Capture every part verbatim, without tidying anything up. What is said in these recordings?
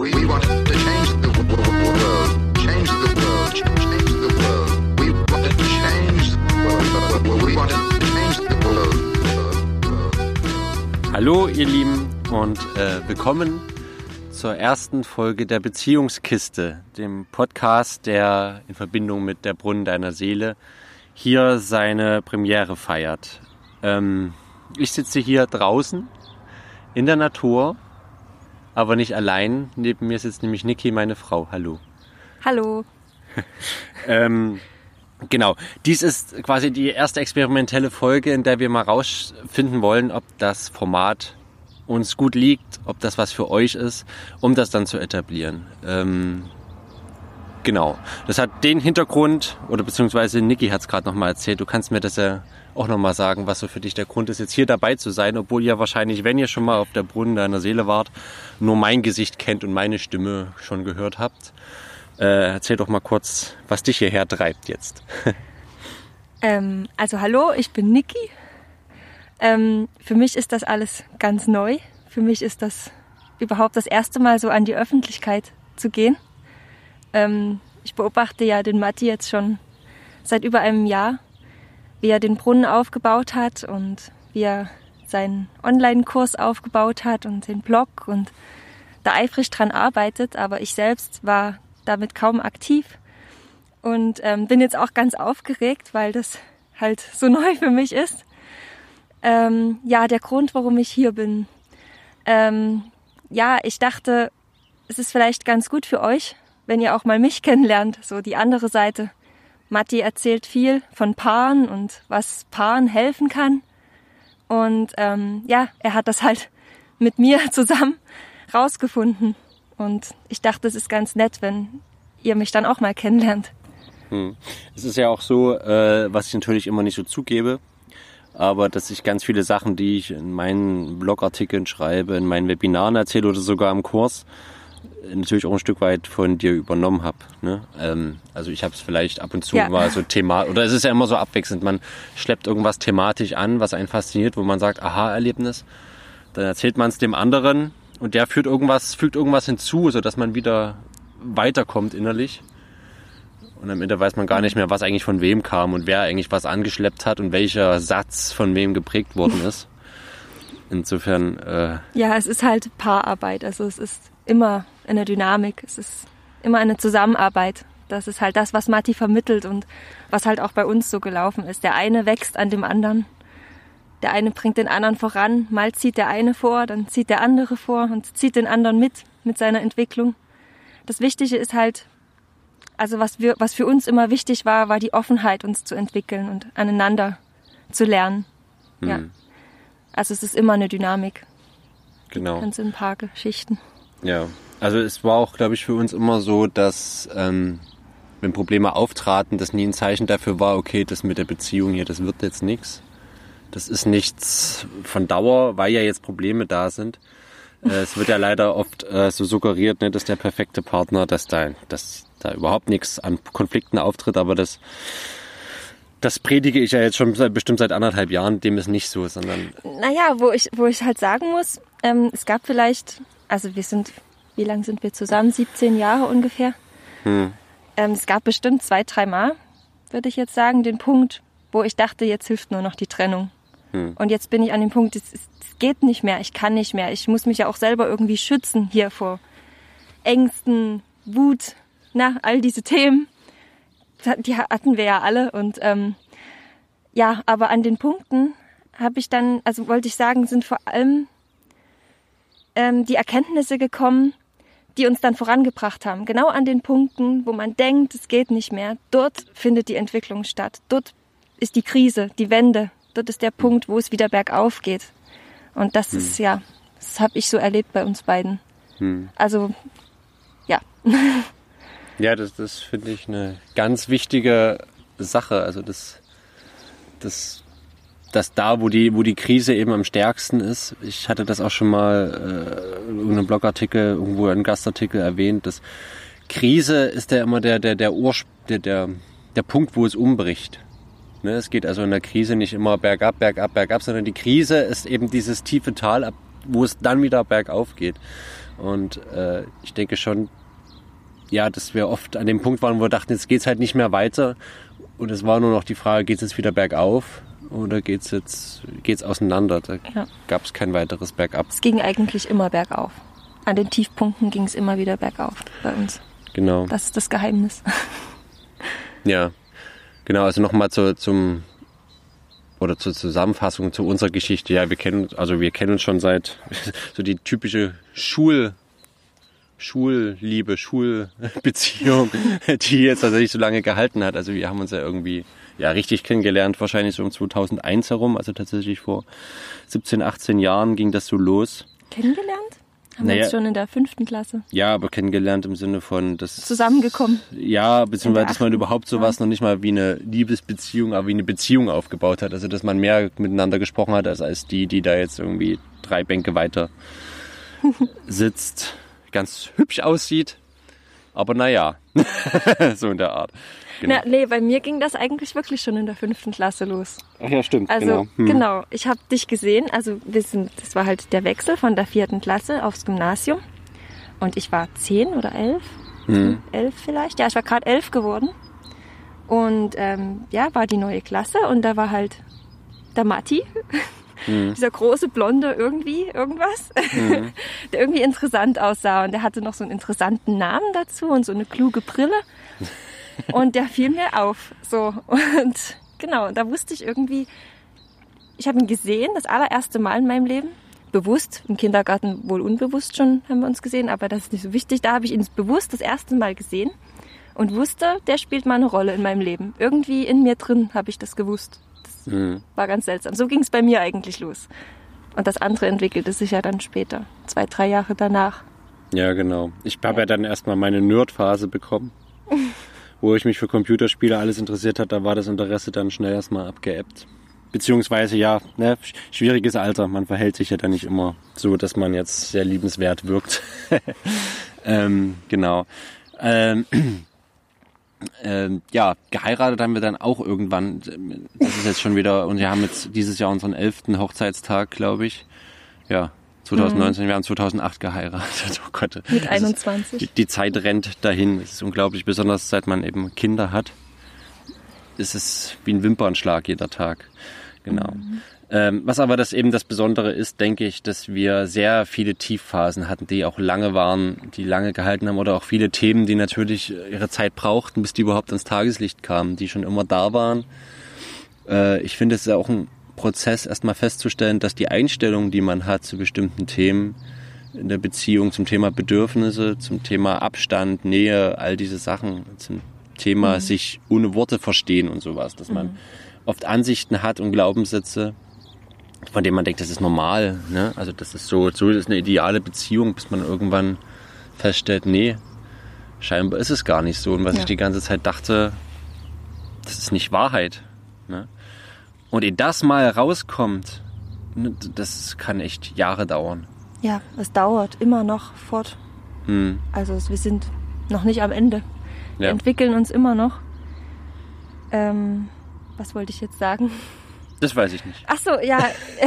We want to change the world, change the world, change the world. We want to change the world, we want to change the world. Hallo ihr Lieben und äh, willkommen zur ersten Folge der Beziehungskiste, dem Podcast, der in Verbindung mit der Brunnen deiner Seele hier seine Premiere feiert. Ähm, ich sitze hier draußen in der Natur, aber nicht allein. Neben mir sitzt nämlich Niki, meine Frau. Hallo. Hallo. ähm, genau, dies ist quasi die erste experimentelle Folge, in der wir mal rausfinden wollen, ob das Format uns gut liegt, ob das was für euch ist, um das dann zu etablieren. Ähm, genau, das hat den Hintergrund, oder beziehungsweise Niki hat es gerade nochmal erzählt, du kannst mir das ja auch nochmal sagen, was so für dich der Grund ist, jetzt hier dabei zu sein, obwohl ihr wahrscheinlich, wenn ihr schon mal auf der Brunnen deiner Seele wart, nur mein Gesicht kennt und meine Stimme schon gehört habt. Äh, erzähl doch mal kurz, was dich hierher treibt jetzt. ähm, also hallo, ich bin Niki. Ähm, für mich ist das alles ganz neu. Für mich ist das überhaupt das erste Mal so an die Öffentlichkeit zu gehen. Ähm, ich beobachte ja den Matti jetzt schon seit über einem Jahr, wie er den Brunnen aufgebaut hat und wie er seinen Online-Kurs aufgebaut hat und den Blog und da eifrig dran arbeitet. Aber ich selbst war damit kaum aktiv und ähm, bin jetzt auch ganz aufgeregt, weil das halt so neu für mich ist. Ähm, ja, der Grund, warum ich hier bin. Ähm, ja, ich dachte, es ist vielleicht ganz gut für euch, wenn ihr auch mal mich kennenlernt, so die andere Seite. Matti erzählt viel von Paaren und was Paaren helfen kann. Und ähm, ja, er hat das halt mit mir zusammen rausgefunden. Und ich dachte, es ist ganz nett, wenn ihr mich dann auch mal kennenlernt. Hm. Es ist ja auch so, äh, was ich natürlich immer nicht so zugebe, aber dass ich ganz viele Sachen, die ich in meinen Blogartikeln schreibe, in meinen Webinaren erzähle oder sogar im Kurs, natürlich auch ein Stück weit von dir übernommen habe. Ne? Ähm, also ich habe es vielleicht ab und zu ja. mal so Thema, oder es ist ja immer so abwechselnd, man schleppt irgendwas thematisch an, was einen fasziniert, wo man sagt, Aha-Erlebnis, dann erzählt man es dem anderen und der führt irgendwas, fügt irgendwas hinzu, sodass man wieder weiterkommt innerlich. Und am Ende weiß man gar nicht mehr, was eigentlich von wem kam und wer eigentlich was angeschleppt hat und welcher Satz von wem geprägt worden ist. Insofern... Äh ja, es ist halt Paararbeit. Also es ist immer eine Dynamik. Es ist immer eine Zusammenarbeit. Das ist halt das, was Matti vermittelt und was halt auch bei uns so gelaufen ist. Der eine wächst an dem anderen. Der eine bringt den anderen voran. Mal zieht der eine vor, dann zieht der andere vor und zieht den anderen mit, mit seiner Entwicklung. Das Wichtige ist halt, also was wir, was für uns immer wichtig war, war die Offenheit, uns zu entwickeln und aneinander zu lernen. Hm. Ja. Also es ist immer eine Dynamik. Genau. Ganz in ein paar Geschichten. Ja, also es war auch, glaube ich, für uns immer so, dass ähm, wenn Probleme auftraten, das nie ein Zeichen dafür war, okay, das mit der Beziehung hier, das wird jetzt nichts. Das ist nichts von Dauer, weil ja jetzt Probleme da sind. Äh, es wird ja leider oft äh, so suggeriert, ne, dass der perfekte Partner, dass da, dass da überhaupt nichts an Konflikten auftritt, aber das, das predige ich ja jetzt schon seit, bestimmt seit anderthalb Jahren, dem ist nicht so, sondern... Naja, wo ich, wo ich halt sagen muss, ähm, es gab vielleicht, also wir sind, wie lange sind wir zusammen? siebzehn Jahre ungefähr. Hm. Ähm, es gab bestimmt zwei, drei Mal, würde ich jetzt sagen, den Punkt, wo ich dachte, jetzt hilft nur noch die Trennung. Hm. Und jetzt bin ich an dem Punkt, es, es geht nicht mehr, ich kann nicht mehr. Ich muss mich ja auch selber irgendwie schützen hier vor Ängsten, Wut, na, all diese Themen. Die hatten wir ja alle. Und ähm, ja, aber an den Punkten habe ich dann, also wollte ich sagen, sind vor allem ähm, die Erkenntnisse gekommen, die uns dann vorangebracht haben. Genau an den Punkten, wo man denkt, es geht nicht mehr. Dort findet die Entwicklung statt. Dort ist die Krise, die Wende. Dort ist der Punkt, wo es wieder bergauf geht. Und das hm. ist, ja, das habe ich so erlebt bei uns beiden. Hm. Also, ja. Ja, das, das finde ich eine ganz wichtige Sache. Also, das, das, das da, wo die, wo die Krise eben am stärksten ist. Ich hatte das auch schon mal äh, in irgendeinem Blogartikel, irgendwo einen Gastartikel erwähnt, dass Krise ist ja immer der, der, der Urspr- der, der, der Punkt, wo es umbricht. Ne, es geht also in der Krise nicht immer bergab, bergab, bergab, sondern die Krise ist eben dieses tiefe Tal, wo es dann wieder bergauf geht. Und äh, ich denke schon, ja, dass wir oft an dem Punkt waren, wo wir dachten, jetzt geht's halt nicht mehr weiter. Und es war nur noch die Frage, geht's jetzt wieder bergauf oder geht's jetzt geht's auseinander? Da Ja. gab es kein weiteres Bergab. Es ging eigentlich immer bergauf. An den Tiefpunkten ging es immer wieder bergauf bei uns. Genau. Das ist das Geheimnis. Ja, genau. Also nochmal zu, zum oder zur Zusammenfassung zu unserer Geschichte. Ja, wir kennen uns, also wir kennen uns schon seit so die typische Schul Schulliebe, Schulbeziehung, die jetzt tatsächlich so lange gehalten hat. Also wir haben uns ja irgendwie ja richtig kennengelernt, wahrscheinlich so um zweitausendeins herum, also tatsächlich vor siebzehn, achtzehn Jahren ging das so los. Kennengelernt? Haben Naja. wir uns schon in der fünften Klasse Ja, aber kennengelernt im Sinne von das zusammengekommen. Ja, In beziehungsweise der dass man achten, überhaupt sowas noch nicht mal wie eine Liebesbeziehung, aber wie eine Beziehung aufgebaut hat. Also dass man mehr miteinander gesprochen hat, als, als die, die da jetzt irgendwie drei Bänke weiter sitzt, ganz hübsch aussieht. Aber naja, so in der Art. Genau. Na, nee, bei mir ging das eigentlich wirklich schon in der fünften Klasse los. Ach ja, stimmt. Also genau. Hm. genau, ich habe dich gesehen. Also wir sind, das war halt der Wechsel von der vierten Klasse aufs Gymnasium. Und ich war zehn oder elf, Hm. elf vielleicht. Ja, ich war gerade elf geworden. Und ähm, ja, war die neue Klasse und da war halt der Matti, Hm. dieser große Blonde irgendwie, irgendwas, Mhm. der irgendwie interessant aussah. Und der hatte noch so einen interessanten Namen dazu und so eine kluge Brille. Und der fiel mir auf. So. Und genau, da wusste ich irgendwie, ich habe ihn gesehen, das allererste Mal in meinem Leben. Bewusst, im Kindergarten wohl unbewusst schon haben wir uns gesehen, aber das ist nicht so wichtig. Da habe ich ihn bewusst das erste Mal gesehen und wusste, der spielt mal eine Rolle in meinem Leben. Irgendwie in mir drin habe ich das gewusst. Das Mhm. war ganz seltsam. So ging es bei mir eigentlich los. Und das andere entwickelte sich ja dann später, zwei, drei Jahre danach. Ja, genau. Ich habe ja dann erstmal meine Nerd-Phase bekommen, wo ich mich für Computerspiele alles interessiert hat. Da war das Interesse dann schnell erstmal abgeebbt. Beziehungsweise, ja, ne, sch- schwieriges Alter. Man verhält sich ja dann nicht immer so, dass man jetzt sehr liebenswert wirkt. ähm, genau. Ähm, ähm, ja, geheiratet haben wir dann auch irgendwann. Das ist jetzt schon wieder, und wir haben jetzt dieses Jahr unseren elften Hochzeitstag, glaube ich. Ja, zwanzig neunzehn, wir haben zweitausendacht geheiratet. Oh Gott. Mit Das ist- einundzwanzig. Die, die Zeit rennt dahin. Es ist unglaublich, besonders seit man eben Kinder hat. Ist es wie ein Wimpernschlag jeder Tag. Genau. Ähm, was aber das eben das Besondere ist, denke ich, dass wir sehr viele Tiefphasen hatten, die auch lange waren, die lange gehalten haben, oder auch viele Themen, die natürlich ihre Zeit brauchten, bis die überhaupt ans Tageslicht kamen, die schon immer da waren. Äh, ich finde, es ist auch ein Prozess, erstmal festzustellen, dass die Einstellung, die man hat zu bestimmten Themen in der Beziehung, zum Thema Bedürfnisse, zum Thema Abstand, Nähe, all diese Sachen, zum Thema sich ohne Worte verstehen und sowas, dass man oft Ansichten hat und Glaubenssätze, von denen man denkt, das ist normal, ne? Also das ist so, so ist eine ideale Beziehung, bis man irgendwann feststellt, nee, scheinbar ist es gar nicht so. Und was Ja. ich die ganze Zeit dachte, das ist nicht Wahrheit, ne? Und ehe das mal rauskommt, ne, das kann echt Jahre dauern. Ja, es dauert immer noch fort. Hm. Also es- wir sind noch nicht am Ende. Wir Ja. entwickeln uns immer noch. Ähm, was wollte ich jetzt sagen? Das weiß ich nicht. Ach so, ja.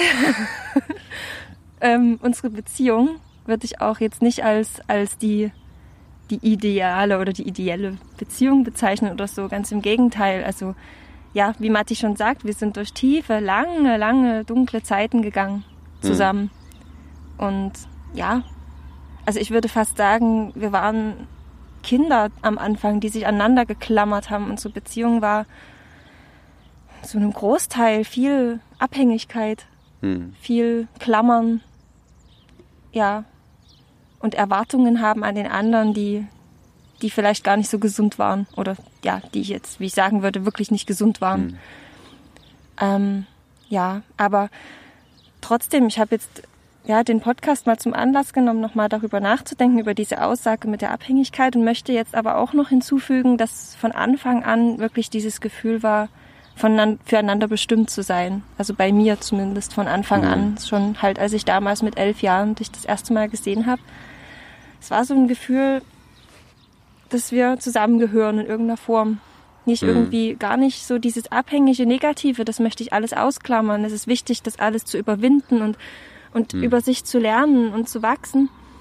ähm, unsere Beziehung würde ich auch jetzt nicht als, als die, die ideale oder die ideelle Beziehung bezeichnen oder so. Ganz im Gegenteil. Also ja, wie Matti schon sagt, wir sind durch tiefe, lange, lange, dunkle Zeiten gegangen zusammen. Und ja, also ich würde fast sagen, wir waren Kinder am Anfang, die sich aneinander geklammert haben. Unsere Beziehung war zu einem Großteil viel Abhängigkeit, Hm. viel Klammern, ja, und Erwartungen haben an den anderen, die, die vielleicht gar nicht so gesund waren oder ja, die ich jetzt, wie ich sagen würde, wirklich nicht gesund waren. Hm. Ähm, ja, aber trotzdem, ich habe jetzt ja den Podcast mal zum Anlass genommen, nochmal darüber nachzudenken, über diese Aussage mit der Abhängigkeit und möchte jetzt aber auch noch hinzufügen, dass von Anfang an wirklich dieses Gefühl war, voneinander, füreinander bestimmt zu sein. Also bei mir zumindest von Anfang Mhm. an, schon halt, als ich damals mit elf Jahren dich das erste Mal gesehen habe. Es war so ein Gefühl, dass wir zusammengehören in irgendeiner Form. Nicht Mhm. irgendwie, gar nicht so dieses abhängige Negative, das möchte ich alles ausklammern. Es ist wichtig, das alles zu überwinden und, und Mhm. über sich zu lernen und zu wachsen.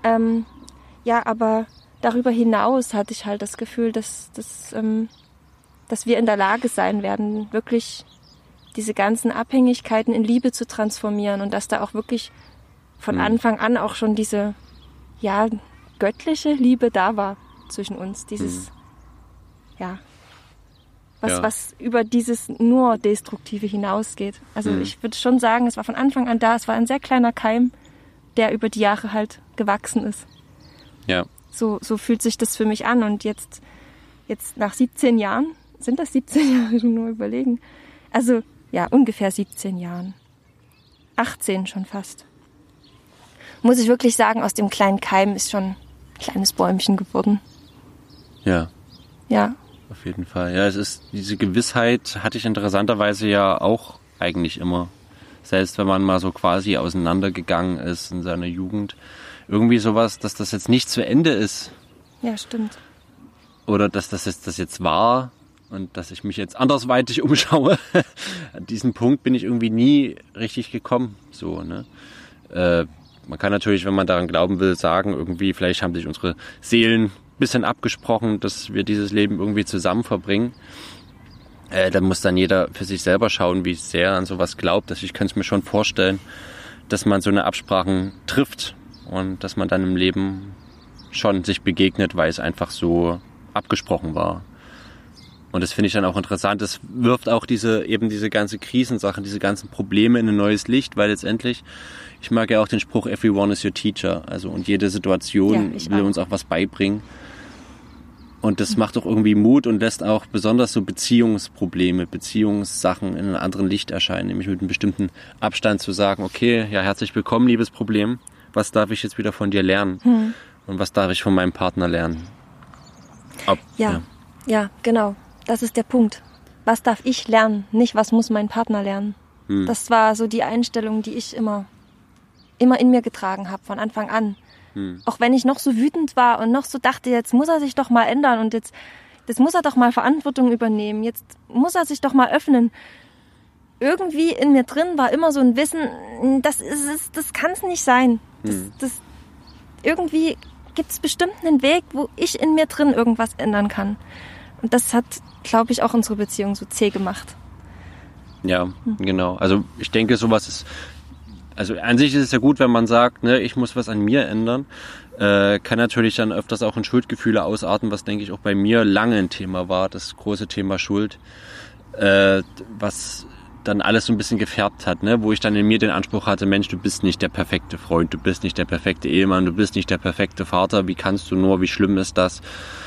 Ähm, ja, aber darüber hinaus hatte ich halt das Gefühl, dass, dass, ähm, dass wir in der Lage sein werden, wirklich diese ganzen Abhängigkeiten in Liebe zu transformieren und dass da auch wirklich von Mhm. Anfang an auch schon diese, ja, göttliche Liebe da war zwischen uns. Dieses, ja, was, Ja. was über dieses nur Destruktive hinausgeht. Also Mhm. ich würde schon sagen, es war von Anfang an da, es war ein sehr kleiner Keim, der über die Jahre halt gewachsen ist. Ja. So, so fühlt sich das für mich an. Und jetzt, jetzt nach siebzehn Jahren, sind das siebzehn Jahre, schon nur überlegen. Also, ja, ungefähr siebzehn Jahren. achtzehn schon fast. Muss ich wirklich sagen, aus dem kleinen Keim ist schon ein kleines Bäumchen geworden. Ja. Ja. Auf jeden Fall. Ja, es ist, diese Gewissheit hatte ich interessanterweise ja auch eigentlich immer. Selbst wenn man mal so quasi auseinandergegangen ist in seiner Jugend. Irgendwie sowas, dass das jetzt nicht zu Ende ist. Ja, stimmt. Oder dass das jetzt, das jetzt war und dass ich mich jetzt andersweitig umschaue. An diesen Punkt bin ich irgendwie nie richtig gekommen. So, ne? Äh, man kann natürlich, wenn man daran glauben will, sagen, irgendwie, vielleicht haben sich unsere Seelen ein bisschen abgesprochen, dass wir dieses Leben irgendwie zusammen verbringen. Äh, da muss dann jeder für sich selber schauen, wie sehr er an sowas glaubt. Also ich kann es mir schon vorstellen, dass man so eine Absprachen trifft und dass man dann im Leben schon sich begegnet, weil es einfach so abgesprochen war. Und das finde ich dann auch interessant. Das wirft auch diese, eben diese ganze Krisensachen, diese ganzen Probleme in ein neues Licht, weil letztendlich, ich mag ja auch den Spruch, everyone is your teacher. Also, und jede Situation Ja, ich will auch. uns auch was beibringen. Und das macht auch irgendwie Mut und lässt auch besonders so Beziehungsprobleme, Beziehungssachen in einem anderen Licht erscheinen, nämlich mit einem bestimmten Abstand zu sagen, okay, ja, herzlich willkommen, liebes Problem. Was darf ich jetzt wieder von dir lernen? Hm. Und was darf ich von meinem Partner lernen? Ob, Ja, ja, genau. Das ist der Punkt. Was darf ich lernen? Nicht, was muss mein Partner lernen? Hm. Das war so die Einstellung, die ich immer, immer in mir getragen habe, von Anfang an. Hm. Auch wenn ich noch so wütend war und noch so dachte, jetzt muss er sich doch mal ändern und jetzt, jetzt muss er doch mal Verantwortung übernehmen, jetzt muss er sich doch mal öffnen. Irgendwie in mir drin war immer so ein Wissen, das ist es, das kann es nicht sein. Das, Hm. das, irgendwie gibt es bestimmt einen Weg, wo ich in mir drin irgendwas ändern kann. Und das hat, glaube ich, auch unsere Beziehung so zäh gemacht. Ja, genau. Also ich denke, sowas ist, also an sich ist es ja gut, wenn man sagt, ne, ich muss was an mir ändern. Äh, kann natürlich dann öfters auch in Schuldgefühle ausarten, was, denke ich, auch bei mir lange ein Thema war, das große Thema Schuld, äh, was dann alles so ein bisschen gefärbt hat, ne? Wo ich dann in mir den Anspruch hatte, Mensch, du bist nicht der perfekte Freund, du bist nicht der perfekte Ehemann, du bist nicht der perfekte Vater, wie kannst du nur, wie schlimm ist das?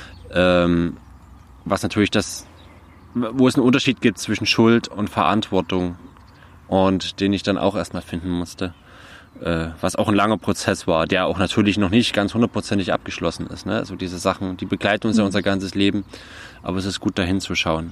Ähm, was natürlich das, wo es einen Unterschied gibt zwischen Schuld und Verantwortung und den ich dann auch erstmal finden musste, äh, was auch ein langer Prozess war, der auch natürlich noch nicht ganz hundertprozentig abgeschlossen ist, ne? Also diese Sachen, die begleiten uns ja unser ganzes Leben, aber es ist gut dahin zu schauen.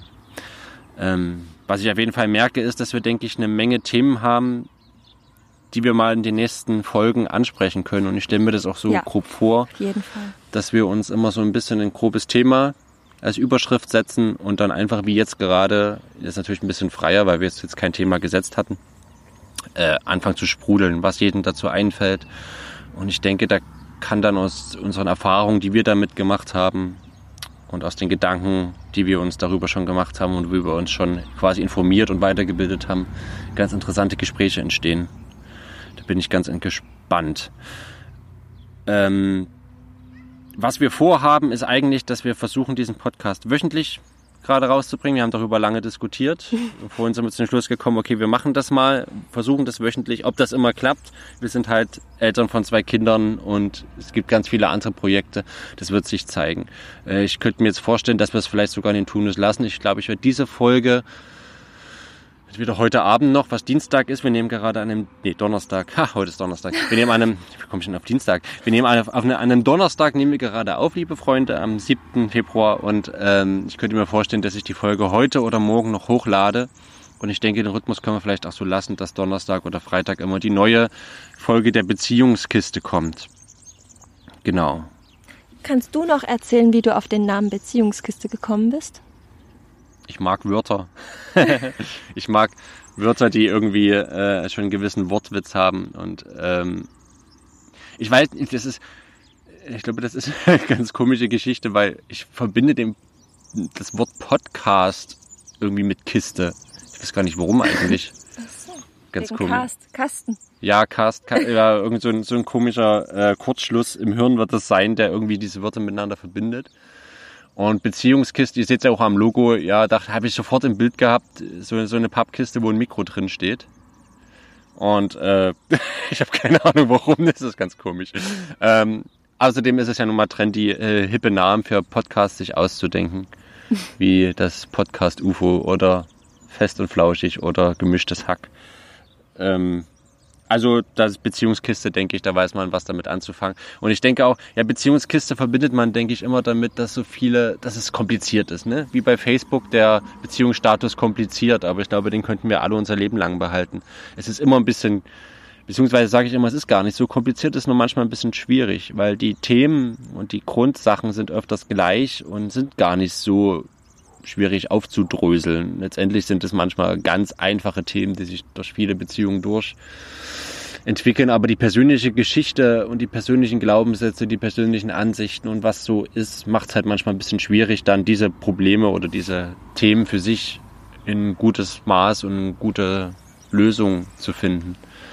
Ähm, was ich auf jeden Fall merke, ist, dass wir, denke ich, eine Menge Themen haben, die wir mal in den nächsten Folgen ansprechen können. Und ich stelle mir das auch so Ja. grob vor, Auf jeden Fall. dass wir uns immer so ein bisschen ein grobes Thema als Überschrift setzen und dann einfach wie jetzt gerade, das ist natürlich ein bisschen freier, weil wir jetzt, jetzt kein Thema gesetzt hatten, äh, anfangen zu sprudeln, was jedem dazu einfällt. Und ich denke, da kann dann aus unseren Erfahrungen, die wir damit gemacht haben, und aus den Gedanken, die wir uns darüber schon gemacht haben und wie wir uns schon quasi informiert und weitergebildet haben, ganz interessante Gespräche entstehen. Da bin ich ganz gespannt. Ähm, was wir vorhaben, ist eigentlich, dass wir versuchen, diesen Podcast wöchentlich gerade rauszubringen. Wir haben darüber lange diskutiert. Vorhin sind wir zu dem Schluss gekommen, okay, wir machen das mal, versuchen das wöchentlich. Ob das immer klappt, wir sind halt Eltern von zwei Kindern und es gibt ganz viele andere Projekte. Das wird sich zeigen. Ich könnte mir jetzt vorstellen, dass wir es vielleicht sogar in den Tunus lassen. Ich glaube, ich werde diese Folge wieder heute Abend noch, was Dienstag ist. Wir nehmen gerade an einem, nee, Donnerstag. Ha, heute ist Donnerstag. Wir nehmen an einem, wie komme ich denn auf Dienstag? Wir nehmen an, auf eine, an einem Donnerstag nehmen wir gerade auf, liebe Freunde, am siebten Februar. Und ähm, ich könnte mir vorstellen, dass ich die Folge heute oder morgen noch hochlade. Und ich denke, den Rhythmus können wir vielleicht auch so lassen, dass Donnerstag oder Freitag immer die neue Folge der Beziehungskiste kommt. Genau. Kannst du noch erzählen, wie du auf den Namen Beziehungskiste gekommen bist? Ich mag Wörter. Ich mag Wörter, die irgendwie äh, schon einen gewissen Wortwitz haben. Und ähm, ich weiß nicht, das ist, Ich glaube, das ist eine ganz komische Geschichte, weil ich verbinde den, das Wort Podcast irgendwie mit Kiste. Ich weiß gar nicht, warum eigentlich. Ach so. Ganz Wegen komisch. Cast, Kasten. Ja, Cast, Ka- ja, irgend so ein, so ein komischer äh, Kurzschluss im Hirn wird das sein, der irgendwie diese Wörter miteinander verbindet. Und Beziehungskiste, ihr seht es ja auch am Logo, ja, da habe ich sofort im Bild gehabt, so, so eine Pappkiste, wo ein Mikro drin steht. Und äh, ich habe keine Ahnung warum, das ist ganz komisch. Ähm, außerdem ist es ja nun mal trendy, äh, hippe Namen für Podcasts sich auszudenken, wie das Podcast U F O oder Fest und Flauschig oder Gemischtes Hack. Ähm, also das Beziehungskiste, denke ich, da weiß man, was damit anzufangen. Und ich denke auch, ja, Beziehungskiste verbindet man, denke ich, immer damit, dass so viele, dass es kompliziert ist, ne? Wie bei Facebook, der Beziehungsstatus kompliziert, aber ich glaube, den könnten wir alle unser Leben lang behalten. Es ist immer ein bisschen, beziehungsweise sage ich immer, es ist gar nicht so kompliziert, es ist nur manchmal ein bisschen schwierig, weil die Themen und die Grundsachen sind öfters gleich und sind gar nicht so schwierig aufzudröseln. Letztendlich sind es manchmal ganz einfache Themen, die sich durch viele Beziehungen durchentwickeln, aber die persönliche Geschichte und die persönlichen Glaubenssätze, die persönlichen Ansichten und was so ist, macht es halt manchmal ein bisschen schwierig, dann diese Probleme oder diese Themen für sich in gutes Maß und eine gute Lösung zu finden.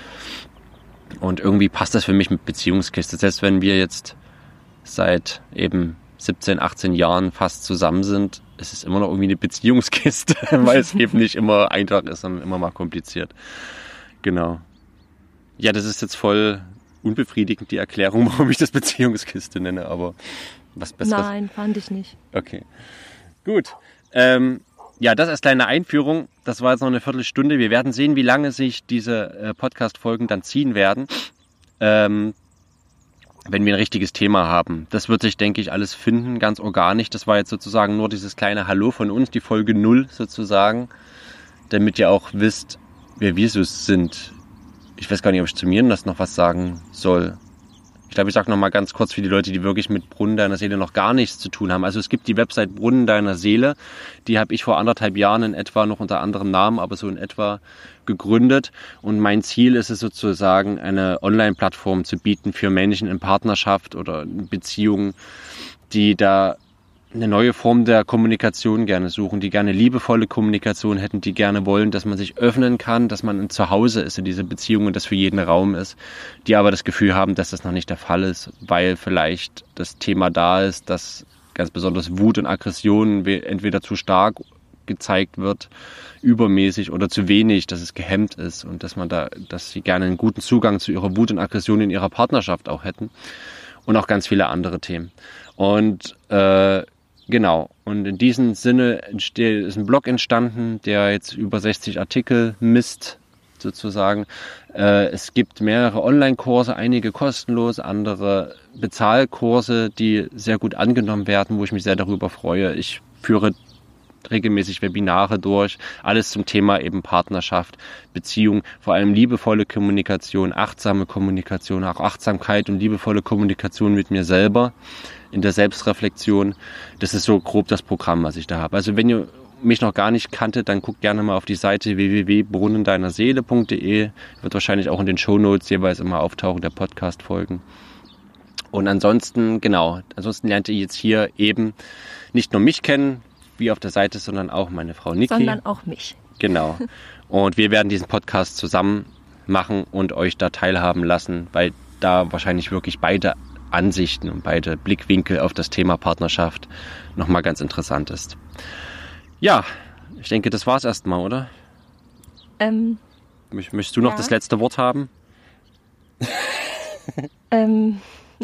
Und irgendwie passt das für mich mit Beziehungskiste. Selbst wenn wir jetzt seit eben siebzehn, achtzehn Jahren fast zusammen sind, es ist immer noch irgendwie eine Beziehungskiste, weil es eben nicht immer einfach ist, sondern immer mal kompliziert. Genau. Ja, das ist jetzt voll unbefriedigend, die Erklärung, warum ich das Beziehungskiste nenne, aber was Besseres. Nein, fand ich nicht. Okay. Gut. Ähm, ja, das als kleine Einführung. Das war jetzt noch eine Viertelstunde. Wir werden sehen, wie lange sich diese äh, Podcast-Folgen dann ziehen werden. Ähm, wenn wir ein richtiges Thema haben. Das wird sich, denke ich, alles finden, ganz organisch. Das war jetzt sozusagen nur dieses kleine Hallo von uns, die Folge null sozusagen, damit ihr auch wisst, wer wir so sind. Ich weiß gar nicht, ob ich zu mir das noch was sagen soll. Ich glaube, ich sage noch mal ganz kurz für die Leute, die wirklich mit Brunnen deiner Seele noch gar nichts zu tun haben. Also es gibt die Website Brunnen deiner Seele. Die habe ich vor anderthalb Jahren in etwa noch unter anderem Namen, aber so in etwa gegründet. Und mein Ziel ist es sozusagen, eine Online-Plattform zu bieten für Menschen in Partnerschaft oder Beziehungen, die da eine neue Form der Kommunikation gerne suchen, die gerne liebevolle Kommunikation hätten, die gerne wollen, dass man sich öffnen kann, dass man ein Zuhause ist in dieser Beziehung und das für jeden Raum ist, die aber das Gefühl haben, dass das noch nicht der Fall ist, weil vielleicht das Thema da ist, dass ganz besonders Wut und Aggression entweder zu stark gezeigt wird, übermäßig oder zu wenig, dass es gehemmt ist und dass man da, dass sie gerne einen guten Zugang zu ihrer Wut und Aggression in ihrer Partnerschaft auch hätten und auch ganz viele andere Themen. Und äh, Genau, und in diesem Sinne entsteht, ist ein Blog entstanden, der jetzt über sechzig Artikel misst, sozusagen. Äh, es gibt mehrere Online-Kurse, einige kostenlos, andere Bezahlkurse, die sehr gut angenommen werden, wo ich mich sehr darüber freue. Ich führe regelmäßig Webinare durch, alles zum Thema eben Partnerschaft, Beziehung, vor allem liebevolle Kommunikation, achtsame Kommunikation, auch Achtsamkeit und liebevolle Kommunikation mit mir selber in der Selbstreflexion. Das ist so grob das Programm, was ich da habe. Also wenn ihr mich noch gar nicht kanntet, dann guckt gerne mal auf die Seite w w w punkt brunnen deiner seele punkt d e. Wird wahrscheinlich auch in den Shownotes jeweils immer auftauchen, der Podcast-Folgen. Und ansonsten, genau, ansonsten lernt ihr jetzt hier eben nicht nur mich kennen, wie auf der Seite, sondern auch meine Frau Niki. Sondern auch mich. Genau. Und wir werden diesen Podcast zusammen machen und euch da teilhaben lassen, weil da wahrscheinlich wirklich beide Ansichten und beide Blickwinkel auf das Thema Partnerschaft nochmal ganz interessant ist. Ja, ich denke, das war's erstmal, oder? Ähm, Möchtest du noch ja. das letzte Wort haben? ähm,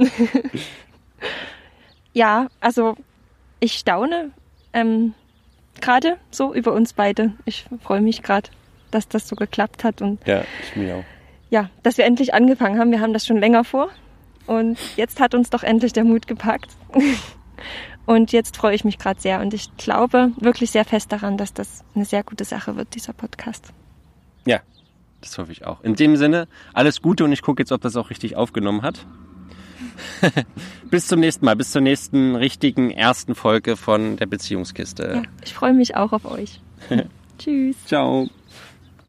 ja, also ich staune ähm, gerade so über uns beide. Ich freue mich gerade, dass das so geklappt hat und Ja, ich mir auch. ja, dass wir endlich angefangen haben. Wir haben das schon länger vor und jetzt hat uns doch endlich der Mut gepackt. Und jetzt freue ich mich gerade sehr und ich glaube wirklich sehr fest daran, dass das eine sehr gute Sache wird, dieser Podcast. Ja, das hoffe ich auch. In dem Sinne, alles Gute und ich gucke jetzt, ob das auch richtig aufgenommen hat. Bis zum nächsten Mal, bis zur nächsten richtigen ersten Folge von der Beziehungskiste. Ja, ich freue mich auch auf euch. Tschüss. Ciao.